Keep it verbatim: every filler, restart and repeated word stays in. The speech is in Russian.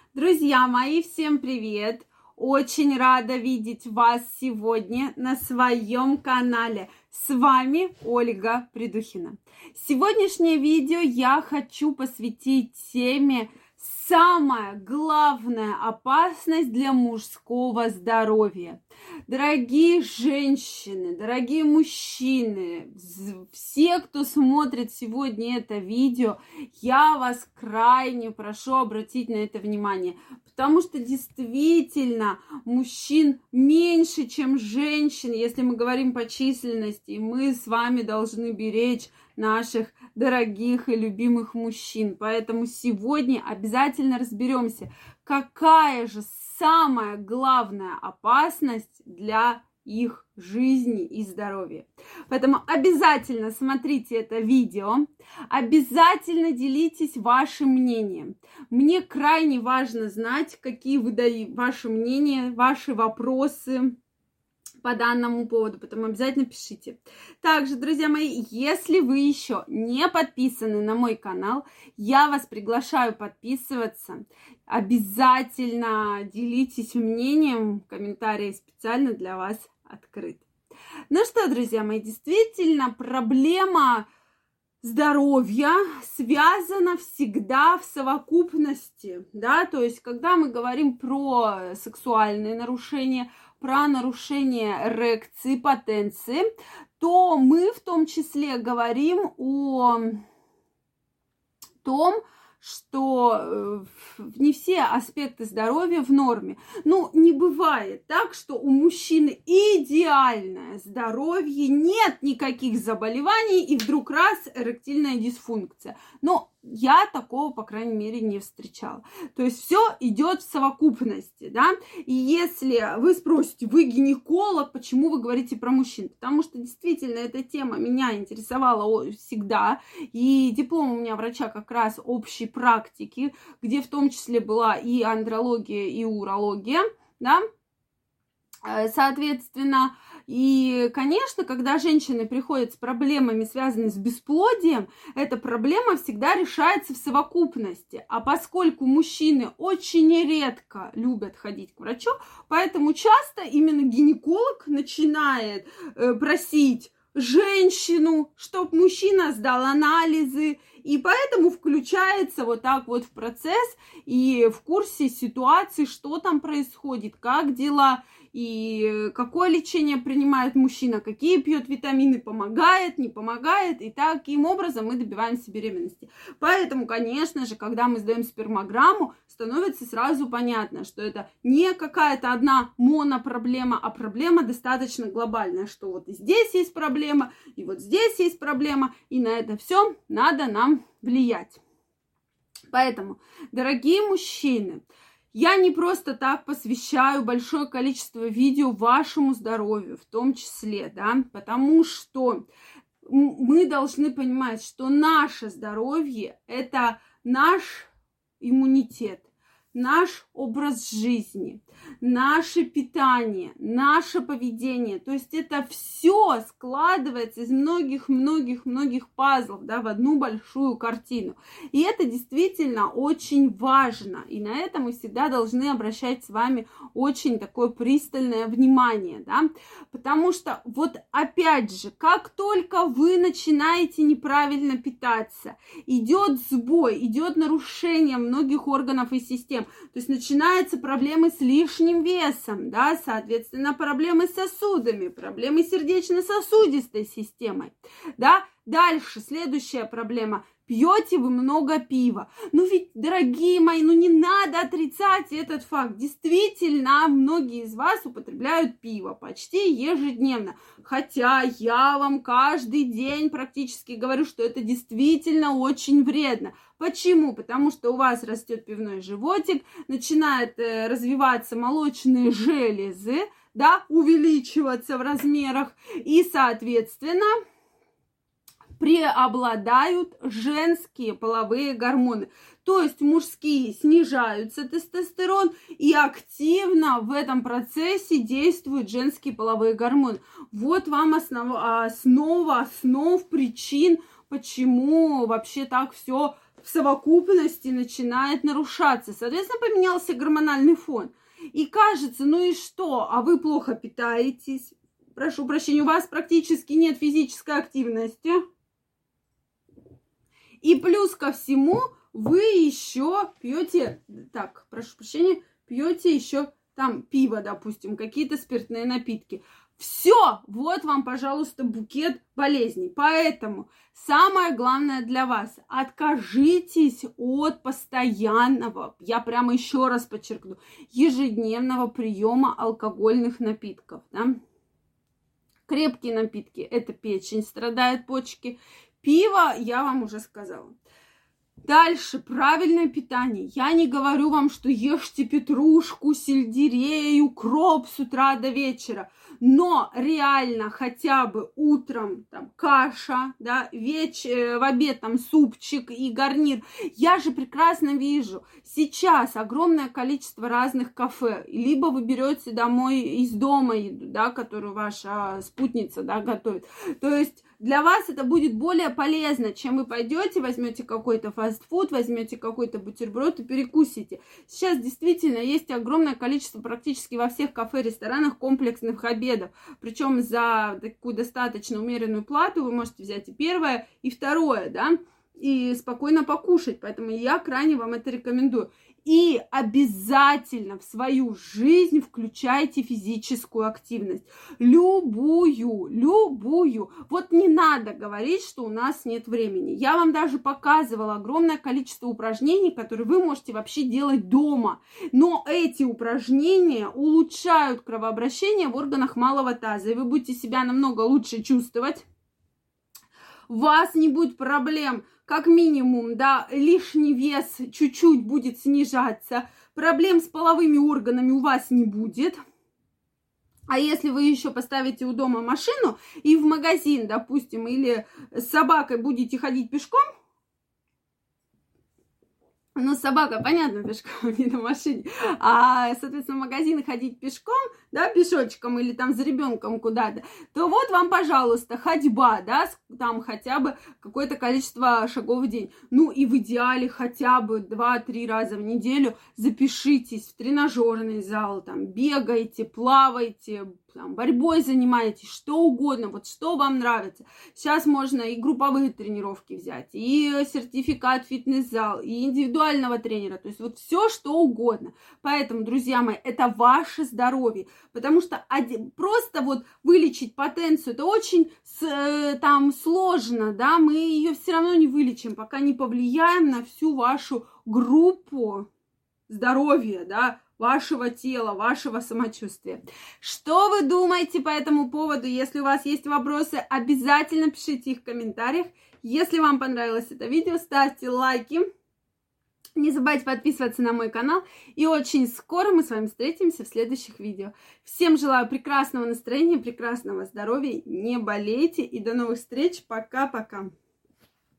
Друзья мои, всем привет! Очень рада видеть вас сегодня на своем канале. С вами Ольга Придухина. Сегодняшнее видео я хочу посвятить теме «Самая главная опасность для мужского здоровья». Дорогие женщины, дорогие мужчины, все, кто смотрит сегодня это видео, я вас крайне прошу обратить на это внимание, потому что действительно мужчин меньше, чем женщин, если мы говорим по численности, и мы с вами должны беречь наших дорогих и любимых мужчин. Поэтому сегодня обязательно разберемся, какая же самая главная опасность для их жизни и здоровья. Поэтому обязательно смотрите это видео, обязательно делитесь вашим мнением. Мне крайне важно знать, какие вы даете ваши мнения, ваши вопросы по данному поводу, поэтому обязательно пишите. Также, друзья мои, если вы еще не подписаны на мой канал, я вас приглашаю подписываться. Обязательно делитесь мнением, комментарии специально для вас открыты. Ну что, друзья мои, действительно, проблема здоровья связана всегда в совокупности, да, то есть, когда мы говорим про сексуальные нарушения, про нарушение эрекции, потенции, то мы в том числе говорим о том, что не все аспекты здоровья в норме. Ну, не бывает так, что у мужчины идеальное здоровье, нет никаких заболеваний, и вдруг раз эректильная дисфункция. Но я такого, по крайней мере, не встречала. То есть все идет в совокупности, да. И если вы спросите, вы гинеколог, почему вы говорите про мужчин? Потому что действительно эта тема меня интересовала всегда. И диплом у меня врача как раз общей практики, где в том числе была и андрология, и урология, да. Соответственно, и, конечно, когда женщины приходят с проблемами, связанными с бесплодием, эта проблема всегда решается в совокупности. А поскольку мужчины очень редко любят ходить к врачу, поэтому часто именно гинеколог начинает э, просить женщину, чтобы мужчина сдал анализы, и поэтому включается вот так вот в процесс и в курсе ситуации, что там происходит, как дела, и какое лечение принимает мужчина, какие пьет витамины, помогает, не помогает, и таким образом мы добиваемся беременности. Поэтому, конечно же, когда мы сдаем спермограмму, становится сразу понятно, что это не какая-то одна монопроблема, а проблема достаточно глобальная, что вот и здесь есть проблема, и вот здесь есть проблема, и на это все надо нам влиять. Поэтому, дорогие мужчины, я не просто так посвящаю большое количество видео вашему здоровью, в том числе, да, потому что мы должны понимать, что наше здоровье – это наш иммунитет, наш образ жизни, наше питание, наше поведение. То есть это все складывается из многих-многих-многих пазлов, да, в одну большую картину. И это действительно очень важно. И на это мы всегда должны обращать с вами очень такое пристальное внимание, да. Потому что вот опять же, как только вы начинаете неправильно питаться, идет сбой, идет нарушение многих органов и систем. То есть начинаются проблемы с лишним весом, да, соответственно, проблемы с сосудами, проблемы с сердечно-сосудистой системой, да. Дальше, следующая проблема. Пьете вы много пива. Ну ведь, дорогие мои, ну не надо отрицать этот факт. Действительно, многие из вас употребляют пиво почти ежедневно. Хотя я вам каждый день практически говорю, что это действительно очень вредно. Почему? Потому что у вас растет пивной животик, начинают э, развиваться молочные железы, да, увеличиваться в размерах, и, соответственно, преобладают женские половые гормоны. То есть мужские снижаются тестостерон, и активно в этом процессе действуют женские половые гормоны. Вот вам основа, основа основ причин, почему вообще так все в совокупности начинает нарушаться. Соответственно, поменялся гормональный фон. И кажется, ну и что? А вы плохо питаетесь. Прошу прощения, у вас практически нет физической активности. И плюс ко всему, вы еще пьете, так, прошу прощения, пьете еще там пиво, допустим, какие-то спиртные напитки. Все, вот вам, пожалуйста, букет болезней. Поэтому самое главное для вас, откажитесь от постоянного, я прямо еще раз подчеркну, ежедневного приема алкогольных напитков. Да? Крепкие напитки, это печень страдает, почки. Пиво, я вам уже сказала. Дальше, правильное питание. Я не говорю вам, что ешьте петрушку, сельдерей, укроп с утра до вечера. Но реально хотя бы утром там каша, да, веч... в обед там супчик и гарнир. Я же прекрасно вижу, сейчас огромное количество разных кафе. Либо вы берете домой из дома еду, да, которую ваша спутница, да, готовит. То есть для вас это будет более полезно, чем вы пойдете, возьмете какой-то фастфуд, возьмете какой-то бутерброд и перекусите. Сейчас действительно есть огромное количество практически во всех кафе, ресторанах комплексных обедов. Причем за такую достаточно умеренную плату вы можете взять и первое, и второе, да, и спокойно покушать. Поэтому я крайне вам это рекомендую. И обязательно в свою жизнь включайте физическую активность. Любую, любую. Вот не надо говорить, что у нас нет времени. Я вам даже показывала огромное количество упражнений, которые вы можете вообще делать дома. Но эти упражнения улучшают кровообращение в органах малого таза. И вы будете себя намного лучше чувствовать. У вас не будет проблем, как минимум, да, лишний вес чуть-чуть будет снижаться, проблем с половыми органами у вас не будет. А если вы еще поставите у дома машину и в магазин, допустим, или с собакой будете ходить пешком, ну, собака, понятно, пешком, не на машине. А, соответственно, в магазин ходить пешком, да, пешочком или там за ребенком куда-то, то вот вам, пожалуйста, ходьба, да, там хотя бы какое-то количество шагов в день. Ну, и в идеале хотя бы два-три раза в неделю запишитесь в тренажерный зал, там, бегайте, плавайте, там, борьбой занимаетесь, что угодно, вот что вам нравится. Сейчас можно и групповые тренировки взять, и сертификат фитнес-зал, и индивидуального тренера, то есть вот все, что угодно. Поэтому, друзья мои, это ваше здоровье, потому что один, просто вот вылечить потенцию, это очень э, там сложно, да, мы ее все равно не вылечим, пока не повлияем на всю вашу группу здоровья, да, вашего тела, вашего самочувствия. Что вы думаете по этому поводу? Если у вас есть вопросы, обязательно пишите их в комментариях. Если вам понравилось это видео, ставьте лайки. Не забывайте подписываться на мой канал. И очень скоро мы с вами встретимся в следующих видео. Всем желаю прекрасного настроения, прекрасного здоровья. Не болейте. И до новых встреч. Пока-пока.